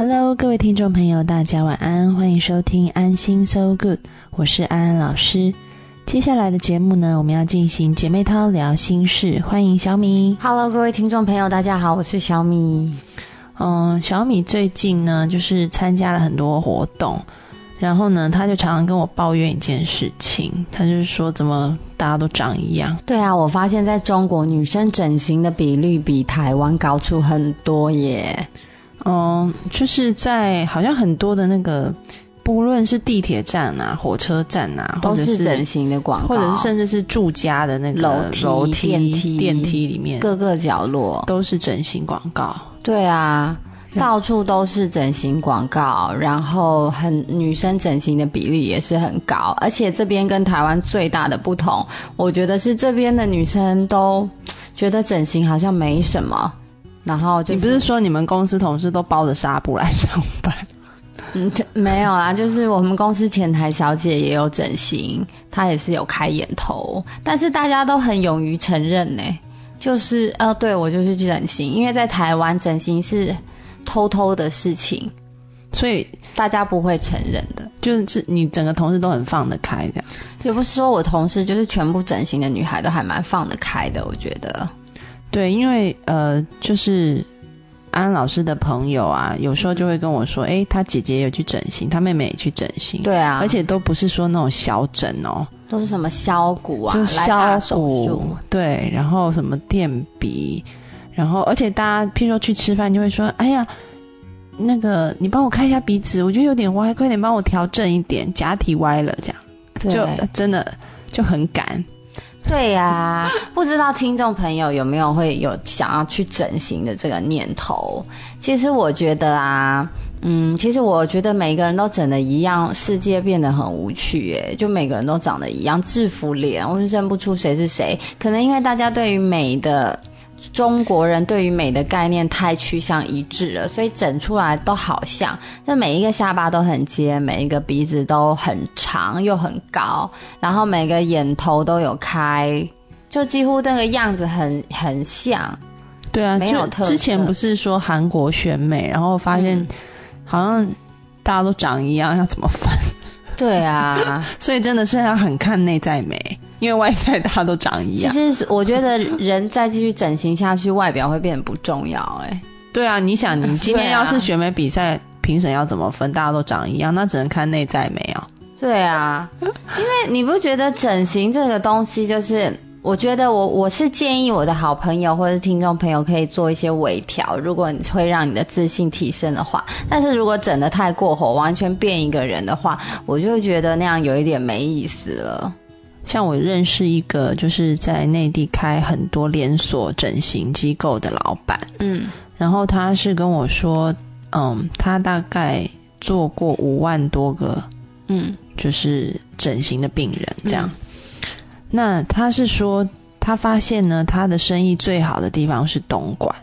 Hello， 各位听众朋友，大家晚安，欢迎收听安心 So Good， 我是安安老师。接下来的节目呢，我们要进行姐妹淘聊心事，欢迎小米。 Hello， 各位听众朋友，大家好，我是小米。 小米最近呢，就是参加了很多活动，然后呢，他就常常跟我抱怨一件事情，他就是说怎么大家都长一样。 对啊，我发现在中国女生整形的比率比台湾高出很多耶。 就是在好像很多的那个，不论是地铁站啊、火车站啊， 都是整形的广告， 或者是甚至是住家的那个楼梯、电梯里面， 各个角落都是整形广告。 对啊，到处都是整形广告，然后女生整形的比例也是很高，而且这边跟台湾最大的不同，我觉得是这边的女生都觉得整形好像没什么。然后就是， 你不是说你们公司同事都包着纱布来上班？ 没有啦，就是我们公司前台小姐也有整形，她也是有开眼头，但是大家都很勇于承认呢，就是对，我就是去整形，因为在台湾整形是偷偷的事情， 所以大家不会承认的。 就是你整个同事都很放得开这样。 也不是说我同事就是全部整形的女孩都还蛮放得开的，我觉得。 对，因为就是安安老师的朋友啊，有时候就会跟我说，他姐姐有去整形，他妹妹也去整形。 对啊， 而且都不是说那种小整哦， 都是什么削骨啊， 就是削骨，对，然后什么垫鼻，然后而且大家譬如说去吃饭就会说，哎呀，那个你帮我看一下鼻子，我觉得有点歪，快点帮我调正一点，假体歪了这样，就真的就很赶。 对啊，不知道听众朋友有没有会有想要去整形的这个念头。其实我觉得啊，其实我觉得每个人都整得一样，世界变得很无趣耶，就每个人都长得一样，制服脸，我认不出谁是谁。可能因为大家对于美的，中国人对于美的概念太趋向一致了，所以整出来都好像，就每一个下巴都很尖，每一个鼻子都很长又很高，然后每个眼头都有开，就几乎那个样子很像。 对啊， 没有特色。 之前不是说韩国选美，然后发现好像大家都长一样，要怎么分？ 对啊， 所以真的是要很看内在美。因为外在大家都长一样， 其实我觉得人再继续整形下去，外表会变得不重要。 对啊，你想，你今天要是选美比赛，评审要怎么分？大家都长一样，那只能看内在美哦。 对啊，因为你不觉得整形这个东西，就是我觉得我是建议我的好朋友或者是听众朋友可以做一些微调，如果你会让你的自信提升的话。但是如果整得太过火，完全变一个人的话，我就觉得那样有一点没意思了。 像我认识一个就是在内地开很多连锁整形机构的老板，然后他是跟我说，他大概做过5万多个，就是整形的病人这样。那他是说，他发现呢，他的生意最好的地方是东莞。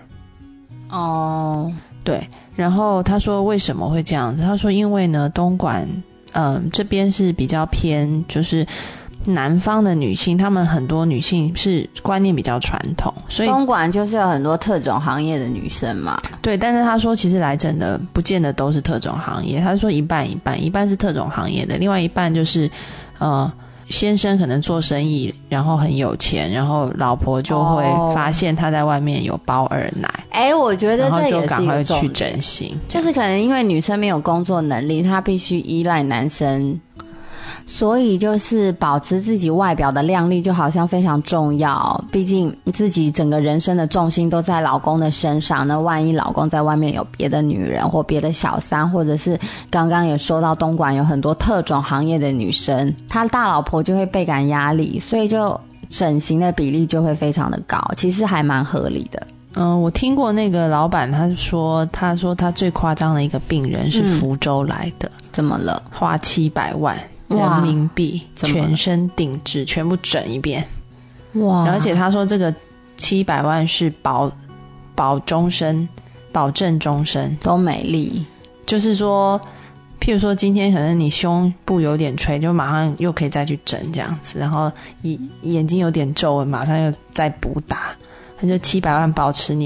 对，然后他说为什么会这样子？他说因为呢，东莞，这边是比较偏，就是南方的女性，她们很多女性是观念比较传统，所以东莞就是有很多特种行业的女生嘛。 对，但是他说其实来整的不见得都是特种行业，他说一半一半，一半是特种行业的，另外一半就是先生可能做生意，然后很有钱，然后老婆就会发现他在外面有包二奶， 我觉得这也是一个重点， 然后就赶快去整形， 就是可能因为女生没有工作能力，她必须依赖男生，所以就是保持自己外表的靓丽就好像非常重要，毕竟自己整个人生的重心都在老公的身上，那万一老公在外面有别的女人或别的小三，或者是刚刚也说到东莞有很多特种行业的女生，她大老婆就会倍感压力，所以就整形的比例就会非常的高，其实还蛮合理的。 我听过那个老板他说他最夸张的一个病人是福州来的， 怎么了？ 花700万人民币全身定制，全部整一遍。哇！而且他说这个700万是保终身，保证终身都美丽， 就是说譬如说今天可能你胸部有点垂，就马上又可以再去整这样子，然后眼睛有点皱纹，马上又再补打，他就700万保持你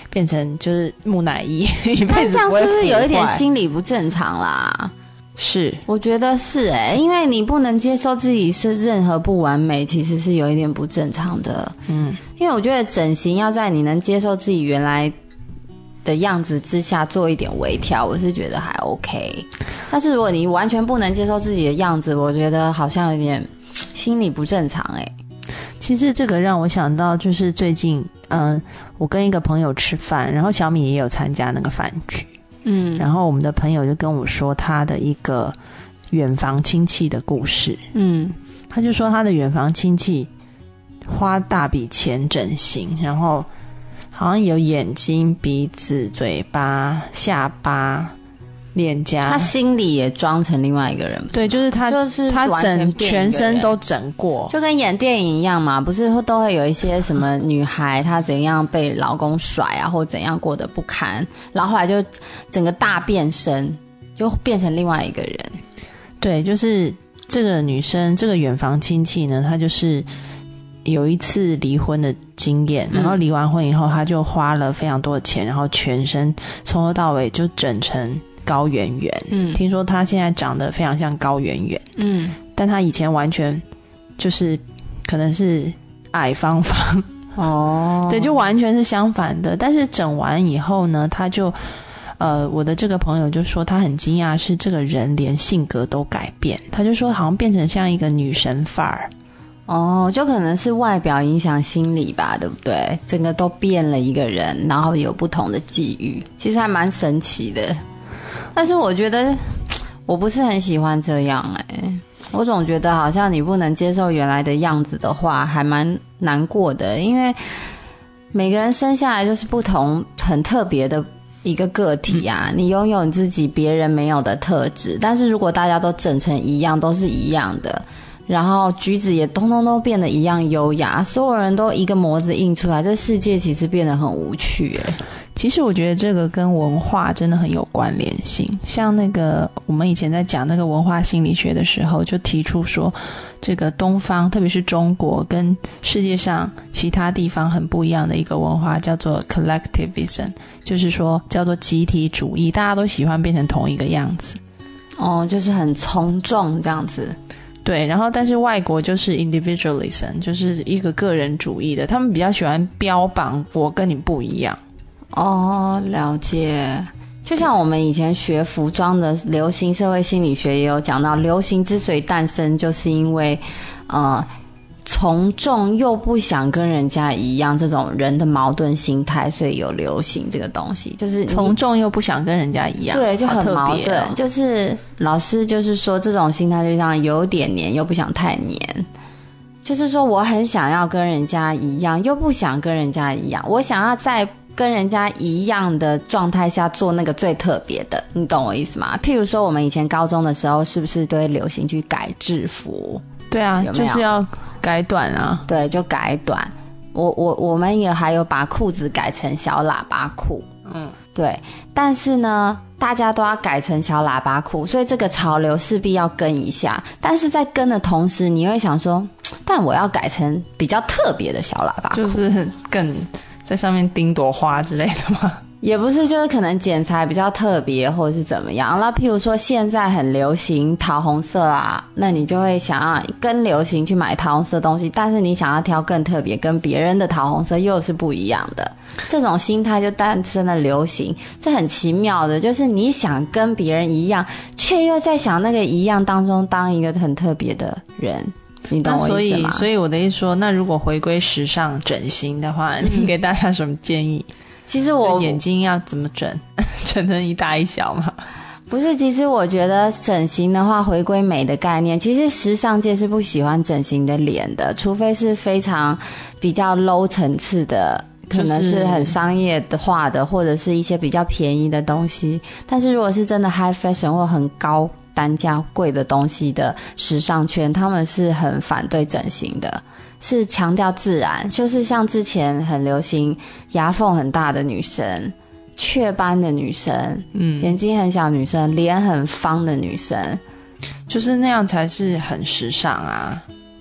变成就是木乃伊，一辈子不会腐坏。这样是不是有一点心理不正常啦？ 是， 我觉得是因为你不能接受自己是任何不完美，其实是有一点不正常的。因为我觉得整形要在你能接受自己原来的样子之下做一点微调，我是觉得还 OK。但是如果你完全不能接受自己的样子，我觉得好像有点心理不正常其实这个让我想到，就是最近我跟一个朋友吃饭，然后小米也有参加那个饭局。然后我们的朋友就跟我说他的一个远房亲戚的故事。他就说他的远房亲戚花大笔钱整形，然后好像有眼睛、鼻子、嘴巴、下巴、脸颊， 他心里也装成另外一个人。 对，就是他全身都整过， 就跟演电影一样嘛，不是都会有一些什么女孩她怎样被老公甩啊，或怎样过得不堪，然后后来就整个大变身，就变成另外一个人。 对，就是这个女生，这个远房亲戚呢，她就是有一次离婚的经验，然后离完婚以后，她就花了非常多的钱，然后全身从头到尾就整成高圆圆。听说她现在长得非常像高圆圆。但她以前完全就是可能是矮方方。对，就完全是相反的。但是整完以后呢，她就我的这个朋友就说他很惊讶，是这个人连性格都改变。他就说好像变成像一个女神范儿。 就可能是外表影响心理吧，对不对？整个都变了一个人，然后有不同的际遇，其实还蛮神奇的。但是我觉得我不是很喜欢这样我总觉得好像你不能接受原来的样子的话，还蛮难过的。因为每个人生下来就是不同很特别的一个个体啊，你拥有你自己别人没有的特质，但是如果大家都整成一样，都是一样的，然后举止也通通都变得一样优雅，所有人都一个模子印出来，这世界其实变得很无趣其实我觉得这个跟文化真的很有关联性。像那个我们以前在讲那个文化心理学的时候，就提出说这个东方特别是中国跟世界上其他地方很不一样的一个文化叫做 collectivism， 就是说叫做集体主义，大家都喜欢变成同一个样子。 就是很从众这样子。 对，然后但是外国就是 individualism， 就是一个个人主义的，他们比较喜欢标榜我跟你不一样。 了解。就像我们以前学服装的流行社会心理学也有讲到，流行之所以诞生，就是因为从众又不想跟人家一样这种人的矛盾心态，所以有流行这个东西。就是从众又不想跟人家一样， 对，就很矛盾。就是老师就是说这种心态就像有点黏又不想太黏，就是说我很想要跟人家一样又不想跟人家一样，我想要在跟人家一样的状态下做那个最特别的，你懂我意思吗？譬如说我们以前高中的时候是不是都会流行去改制服？ 对啊，有没有就是要改短啊。 对，就改短。我们也还有把裤子改成小喇叭裤。对。但是呢，大家都要改成小喇叭裤，所以这个潮流势必要跟一下。但是在跟的同时，你会想说，但我要改成比较特别的小喇叭裤， 就是更在上面钉朵花之类的吗？ 也不是，就是可能剪裁比较特别或者是怎么样。那譬如说现在很流行桃红色啊，那你就会想要跟流行去买桃红色的东西，但是你想要挑更特别跟别人的桃红色又是不一样的，这种心态就诞生了流行。这很奇妙的，就是你想跟别人一样，却又在想那个一样当中当一个很特别的人，你懂我意思吗？ 所以我的意思说，那如果回归时尚整形的话，你给大家什么建议？ 其实我眼睛要怎么整？整成一大一小吗？ 不是，其实我觉得整形的话，回归美的概念，其实时尚界是不喜欢整形的脸的，除非是非常比较 low 层次的，可能是很商业化的，或者是一些比较便宜的东西。但是如果是真的 high fashion 或很高单价贵的东西的时尚圈，他们是很反对整形的，是强调自然。就是像之前很流行牙缝很大的女生，雀斑的女生，眼睛很小的女生，脸很方的女生， 就是那样才是很时尚啊。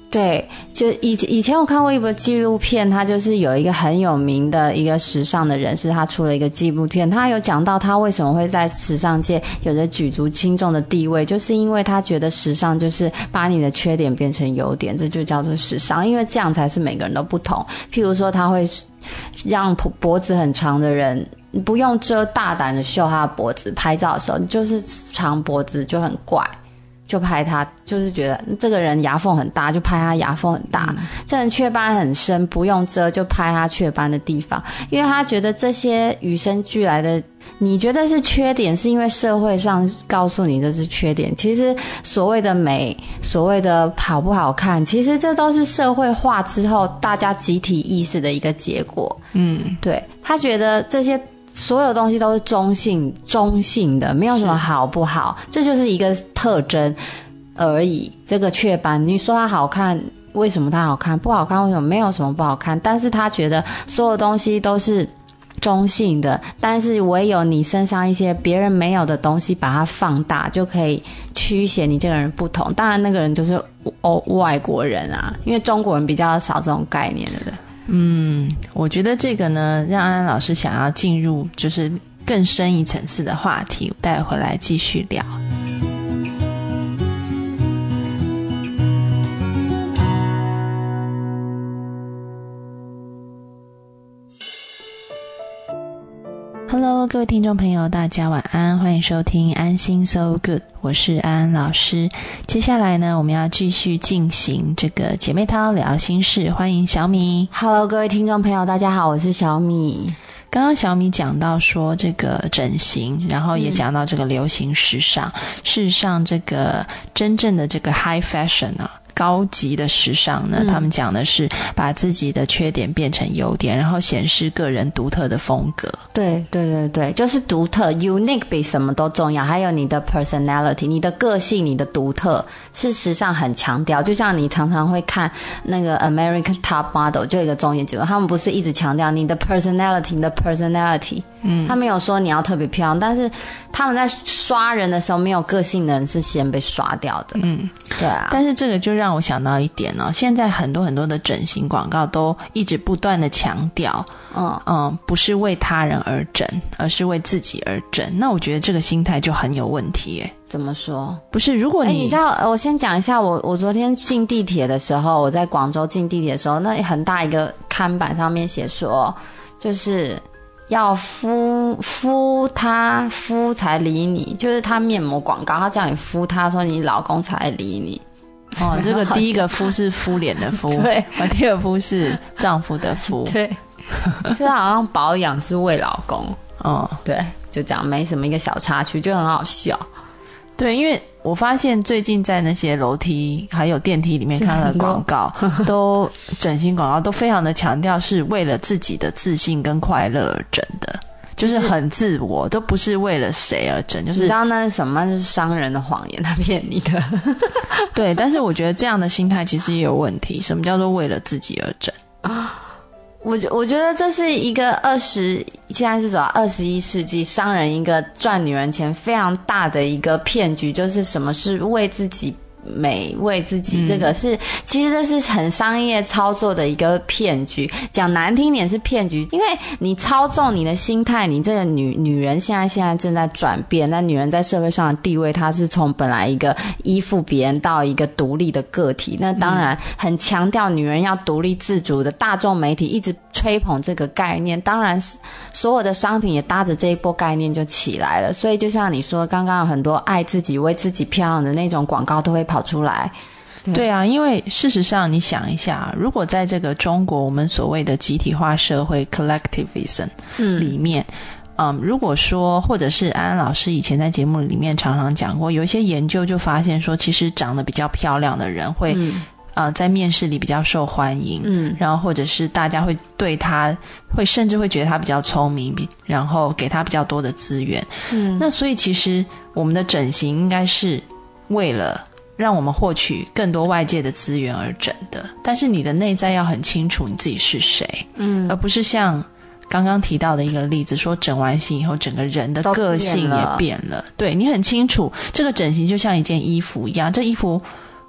对，就以前我看过一部纪录片，他就是有一个很有名的一个时尚的人士，他出了一个纪录片，他有讲到他为什么会在时尚界有着举足轻重的地位，就是因为他觉得时尚就是把你的缺点变成优点，这就叫做时尚，因为这样才是每个人都不同。譬如说他会让脖子很长的人不用遮，大胆的秀他的脖子，拍照的时候就是长脖子就很怪，就拍他，就是觉得这个人牙缝很大，就拍他牙缝很大，这人雀斑很深，不用遮，就拍他雀斑的地方，因为他觉得这些与生俱来的你觉得是缺点，是因为社会上告诉你这是缺点。其实所谓的美，所谓的好不好看，其实这都是社会化之后大家集体意识的一个结果。对，他觉得这些所有东西都是中性的，没有什么好不好，这就是一个特征而已。这个雀斑，你说它好看，为什么它好看？不好看，为什么？没有什么不好看。但是他觉得所有东西都是中性的，但是唯有你身上一些别人没有的东西把它放大，就可以凸显你这个人不同。当然那个人就是外国人啊，因为中国人比较少这种概念，对不对？ 我觉得这个呢，让安安老师想要进入就是更深一层次的话题，待会来继续聊。Hello， 各位听众朋友，大家晚安，欢迎收听安心 So Good， 我是安安老师。接下来呢，我们要继续进行这个姐妹淘聊心事，欢迎小米。 Hello， 各位听众朋友，大家好，我是小米。 刚刚小米讲到说这个整形，然后也讲到这个流行时尚。事实上，这个真正的这个 high fashion 啊，高级的时尚呢，他们讲的是把自己的缺点变成优点，然后显示个人独特的风格。 对对对对，就是独特 unique 比什么都重要，还有你的 personality， 你的个性，你的独特是时尚很强调。就像你常常会看那个 American Top Model 就有一个综艺节目，他们不是一直强调你的 personality， 你的 personality，他没有说你要特别漂亮，但是他们在刷人的时候，没有个性的人是先被刷掉的。对啊。 但是这个就让我想到一点哦，现在很多很多的整形广告都一直不断的强调，不是为他人而整，而是为自己而整。那我觉得这个心态就很有问题耶。 怎么说？ 不是，如果你知道，我先讲一下，我昨天进地铁的时候，我在广州进地铁的时候，那很大一个看板上面写说，就是要敷才理你，就是他面膜广告，他叫你敷他，说你老公才理你。 这个第一个敷是敷脸的敷， 对， 第二敷是丈夫的敷， 对，就是好像保养是为老公，对，就这样，没什么一个小插曲，就很好笑。 对，因为我发现最近在那些楼梯还有电梯里面看到的广告，都整形广告都非常的强调是为了自己的自信跟快乐而整的。就是很自我，都不是为了谁而整，就是你知道那是什么？那是商人的谎言，他骗你的。 对，但是我觉得这样的心态其实也有问题。什么叫做为了自己而整？ 我觉得这是一个现在是走到21世纪商人一个赚女人钱非常大的一个骗局，就是什么是为自己美，为自己，这个是其实这是很商业操作的一个骗局，讲难听点是骗局，因为你操纵你的心态，你这个女人现在正在转变，那女人在社会上的地位，她是从本来一个依附别人到一个独立的个体，那当然很强调女人要独立自主的，大众媒体一直吹捧这个概念，当然所有的商品也搭着这一波概念就起来了，所以就像你说刚刚有很多爱自己为自己漂亮的那种广告都会跑出来。 对啊，因为事实上你想一下，如果在这个中国我们所谓的集体化社会 collectivism 里面，如果说或者是安安老师以前在节目里面常常讲过，有一些研究就发现说，其实长得比较漂亮的人会在面试里比较受欢迎，然后或者是大家会对他甚至会觉得他比较聪明，然后给他比较多的资源。那所以其实我们的整形应该是为了让我们获取更多外界的资源而整的，但是你的内在要很清楚你自己是谁，而不是像刚刚提到的一个例子说整完形以后整个人的个性也变了。对，你很清楚这个整形就像一件衣服一样，这衣服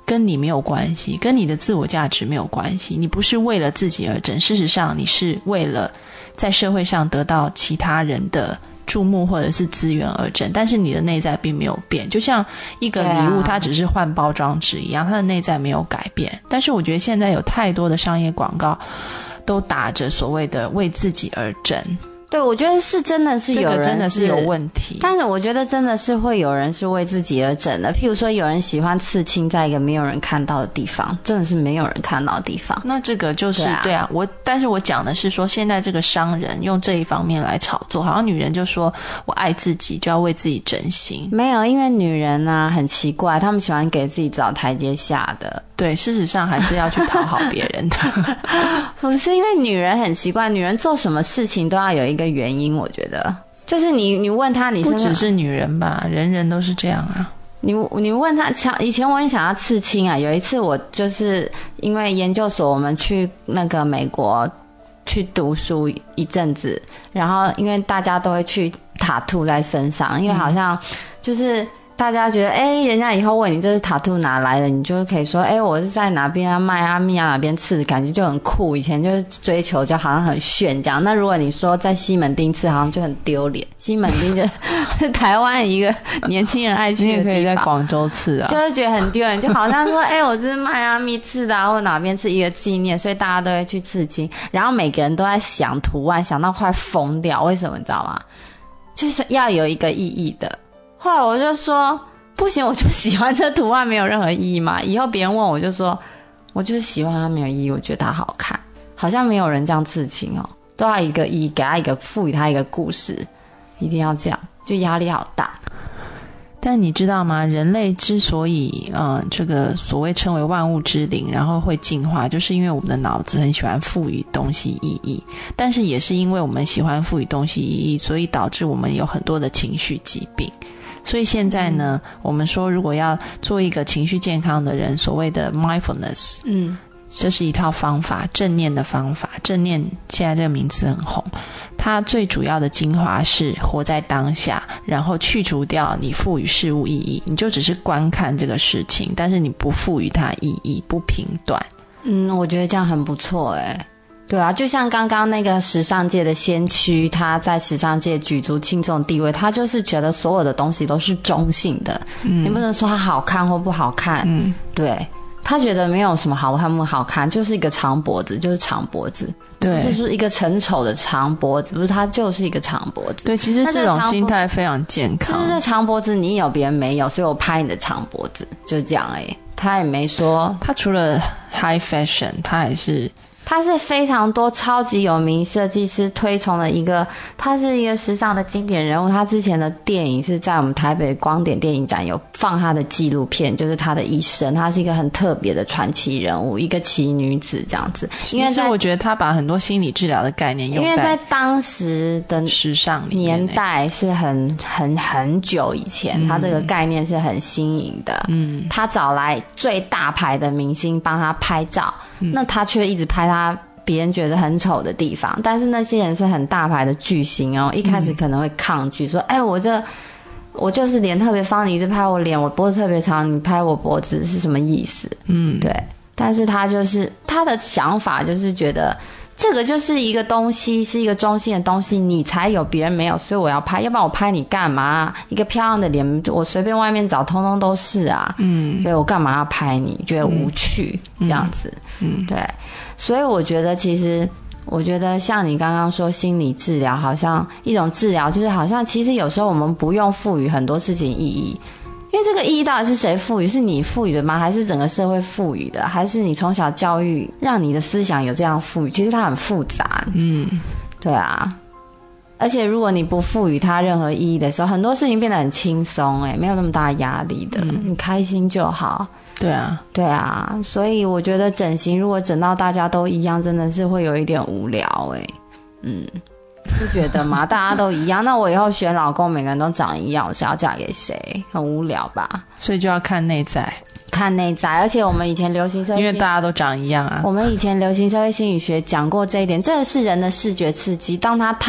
跟你没有关系，跟你的自我价值没有关系，你不是为了自己而整，事实上你是为了在社会上得到其他人的注目或者是资源而整，但是你的内在并没有变，就像一个礼物它只是换包装纸一样，它的内在没有改变。但是我觉得现在有太多的商业广告都打着所谓的为自己而整， 对，我觉得是真的是有人这个真的是有问题。 但是我觉得真的是会有人是为自己而整的，譬如说有人喜欢刺青在一个没有人看到的地方，真的是没有人看到的地方， 那这个就是对啊，但是我讲的是说现在这个商人用这一方面来炒作，好像女人就说我爱自己就要为自己整形。 没有，因为女人啊很奇怪，她们喜欢给自己找台阶下的。 对，事实上还是要去讨好别人的不是，因为女人很奇怪，女人做什么事情都要有一个原因，我觉得就是你问她，你不只是女人吧，人人都是这样啊。 你问她，以前我很想要刺青啊，有一次我就是因为研究所我们去那个美国去读书一阵子，然后因为大家都会去塔兔在身上，因为好像就是大家觉得人家以后问你这是塔兔哪来的，你就可以说我是在哪边迈阿密哪边刺，感觉就很酷，以前就是追求就好像很炫这样。那如果你说在西门町刺好像就很丢脸，西门町就是台湾一个年轻人爱去的地方， 你也可以在广州刺啊， 就会觉得很丢脸，就好像说我这是迈阿密刺的或哪边刺一个纪念，所以大家都会去刺青，然后每个人都在想图案，想到快疯掉。为什么你知道吗？就是要有一个意义的。后来我就说不行，我就喜欢这图案，没有任何意义嘛。以后别人问我就说我就是喜欢它，没有意义，我觉得它好看。好像没有人这样刺青哦，都要一个意义，给它一个赋予它一个故事，一定要这样，就压力好大。 但你知道吗？人类之所以这个所谓称为万物之灵，然后会进化，就是因为我们的脑子很喜欢赋予东西意义，但是也是因为我们喜欢赋予东西意义，所以导致我们有很多的情绪疾病。所以现在呢，我们说如果要做一个情绪健康的人，所谓的 mindfulness，这是一套方法，正念的方法。正念现在这个名词很红，它最主要的精华是活在当下，然后去除掉你赋予事物意义，你就只是观看这个事情，但是你不赋予它意义，不评断。 我觉得这样很不错对啊，就像刚刚那个时尚界的先驱，他在时尚界举足轻重地位，他就是觉得所有的东西都是中性的，你不能说它好看或不好看，对，他觉得没有什么好看不好看，就是一个长脖子就是长脖子，对，就是一个很丑的长脖子，不是，它就是一个长脖子。 对，其实这种心态非常健康。 就是这长脖子你有别人没有，所以我拍你的长脖子，就这样他也没说， 他除了 high fashion， 他是非常多超级有名设计师推崇的他是一个时尚的经典人物。他之前的电影是在我们台北光点电影展有放他的纪录片，就是他的一生。他是一个很特别的传奇人物，一个奇女子这样子。因为其实我觉得他把很多心理治疗的概念用在， 因为在当时的时尚里面年代是很久以前，他这个概念是很新颖的。他找来最大牌的明星帮他拍照，那他却一直拍他别人觉得很丑的地方，但是那些人是很大牌的巨星一开始可能会抗拒说我就是脸特别方，你一直拍我脸，我脖子特别长，你拍我脖子是什么意思？对，但是他的想法就是觉得这个就是一个东西，是一个中性的东西，你才有，别人没有，所以我要拍，要不然我拍你干嘛？一个漂亮的脸我随便外面找通通都是啊，所以我干嘛要拍你？觉得无趣，这样子，对，所以我觉得我觉得像你刚刚说心理治疗，好像一种治疗，就是好像其实有时候我们不用赋予很多事情意义，因为这个意义到底是谁赋予？是你赋予的吗？还是整个社会赋予的？还是你从小教育让你的思想有这样赋予？其实它很复杂，对啊。而且如果你不赋予它任何意义的时候，很多事情变得很轻松，没有那么大压力的，你开心就好。 对啊， 对啊，所以我觉得整形如果整到大家都一样，真的是会有一点无聊不觉得吗？大家都一样，那我以后选老公每个人都长一样，我是要嫁给谁？很无聊吧？ 所以就要看内在， 而且我们以前流行社会， 因为大家都长一样啊。 我们以前流行社会心理学讲过这一点，这是人的视觉刺激，当他太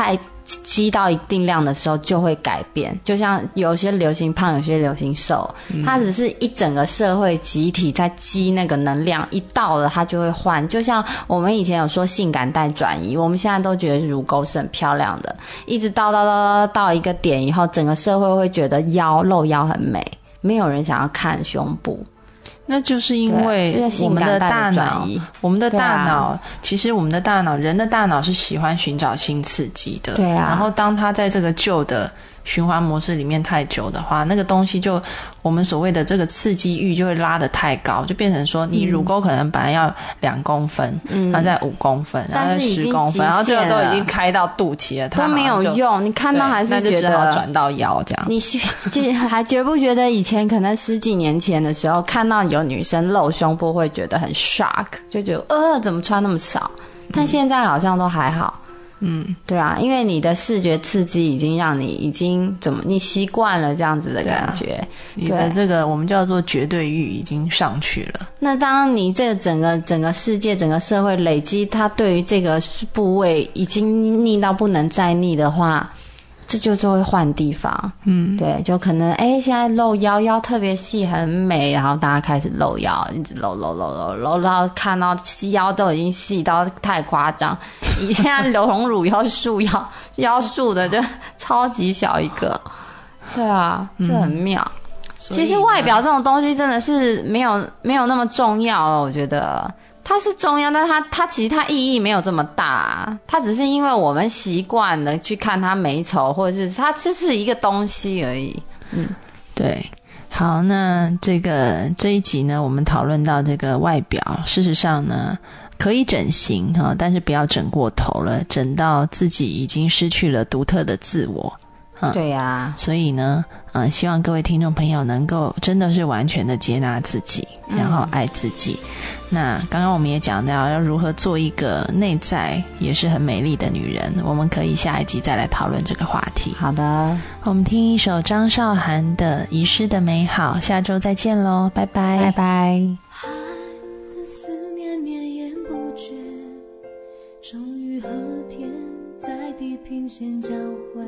积到一定量的时候就会改变，就像有些流行胖，有些流行瘦，它只是一整个社会集体在积那个能量，一到了它就会换。就像我们以前有说性感带转移，我们现在都觉得乳沟是很漂亮的，一直到一个点以后，整个社会会觉得露腰很美，没有人想要看胸部。 那就是因为我们的大脑，其实我们的大脑，人的大脑是喜欢寻找新刺激的。 对啊。 然后当它在这个旧的循环模式里面太久的话，那个东西就我们所谓的这个刺激欲就会拉得太高，就变成说你乳沟可能本来要2公分，然后再5公分，然后再10公分，然后最后都已经开到肚脐了，它都没有用。你看到还是觉得那就只好转到腰这样。 你还觉不觉得以前可能10几年前的时候，看到有女生露胸部会觉得很 shock， 就觉得怎么穿那么少？但现在好像都还好。对啊，因为你的视觉刺激已经让你你习惯了这样子的感觉， 你的这个我们叫做绝对欲已经上去了。 那当你这个整个世界整个社会累积，它对于这个部位已经腻到不能再腻的话，这就是会换地方。对，就可能现在露腰特别细很美，然后大家开始露腰，一直露，然后看到腰都已经细到太夸张。你现在隆乳要束腰束的就超级小一个。对啊，就很妙。其实外表这种东西真的是没有那么重要了，我觉得。它是重要，但它其实它意义没有这么大，它只是因为我们习惯了去看它美丑，或者是它就是一个东西而已。 对。好，那这一集呢，我们讨论到这个外表，事实上呢，可以整形但是不要整过头了，整到自己已经失去了独特的自我。 对呀。 所以呢，希望各位听众朋友能够真的是完全的接纳自己，然后爱自己。那刚刚我们也讲到要如何做一个内在也是很美丽的女人，我们可以下一集再来讨论这个话题。 好的， 我们听一首张韶涵的《遗失的美好》，下周再见咯，拜拜， 拜拜。 爱的思念绵延不绝，终于和天在地平线交汇。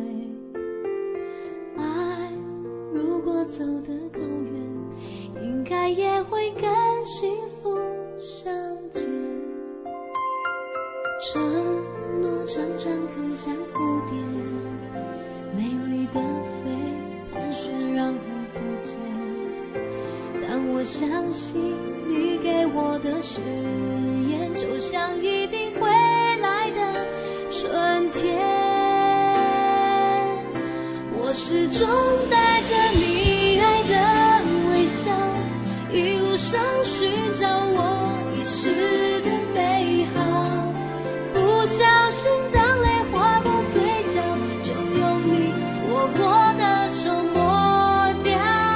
爱如果走得够远，应该也会跟幸福相见。承诺常常很像蝴蝶，美丽的飞，盘旋然后不见。但我相信你给我的誓言，就像一定会来的春天。我始终带着你爱的微笑，一路上寻找我遗失的美好。不小心当泪划过嘴角，就用你握过的手抹掉。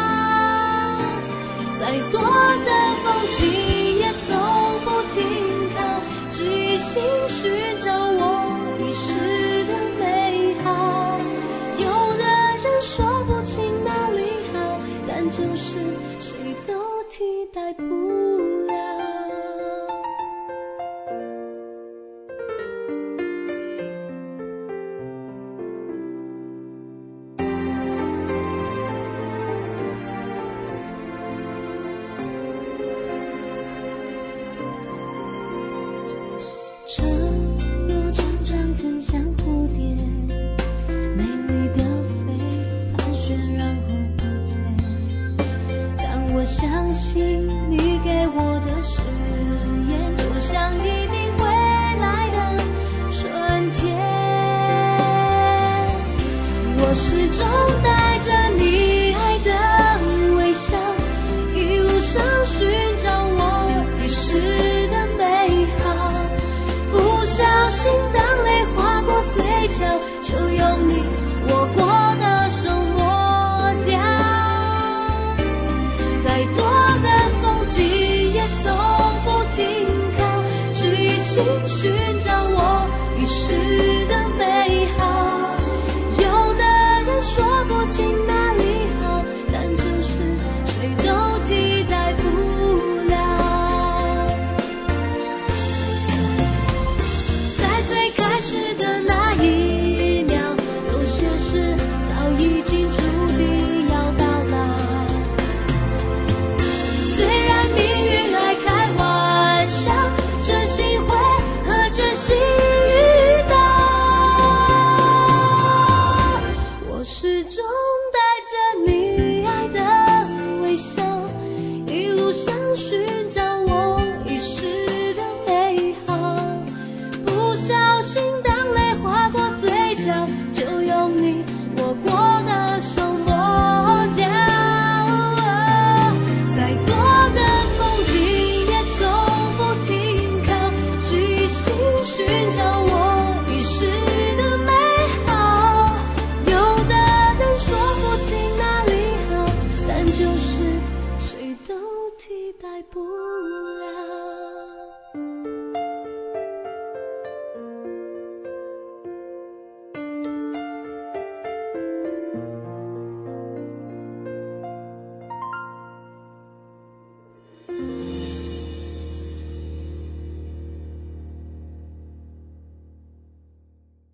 再多的风景也从不停靠，只一心寻找我遗失的美好。有的人说不清哪里好，但就是谁都替代不了。承诺常常很像蝴蝶，美丽的飞，盘旋然后不见。但我相信你给我的誓言，就像一定会来的春天。我始终带着你爱的微笑，一路上寻找我遗失的美好。不小心当泪划过嘴角，就用你握过的手抹掉。再多的风景也从不停靠，只一心寻找我遗失的美好。有的人说过不了。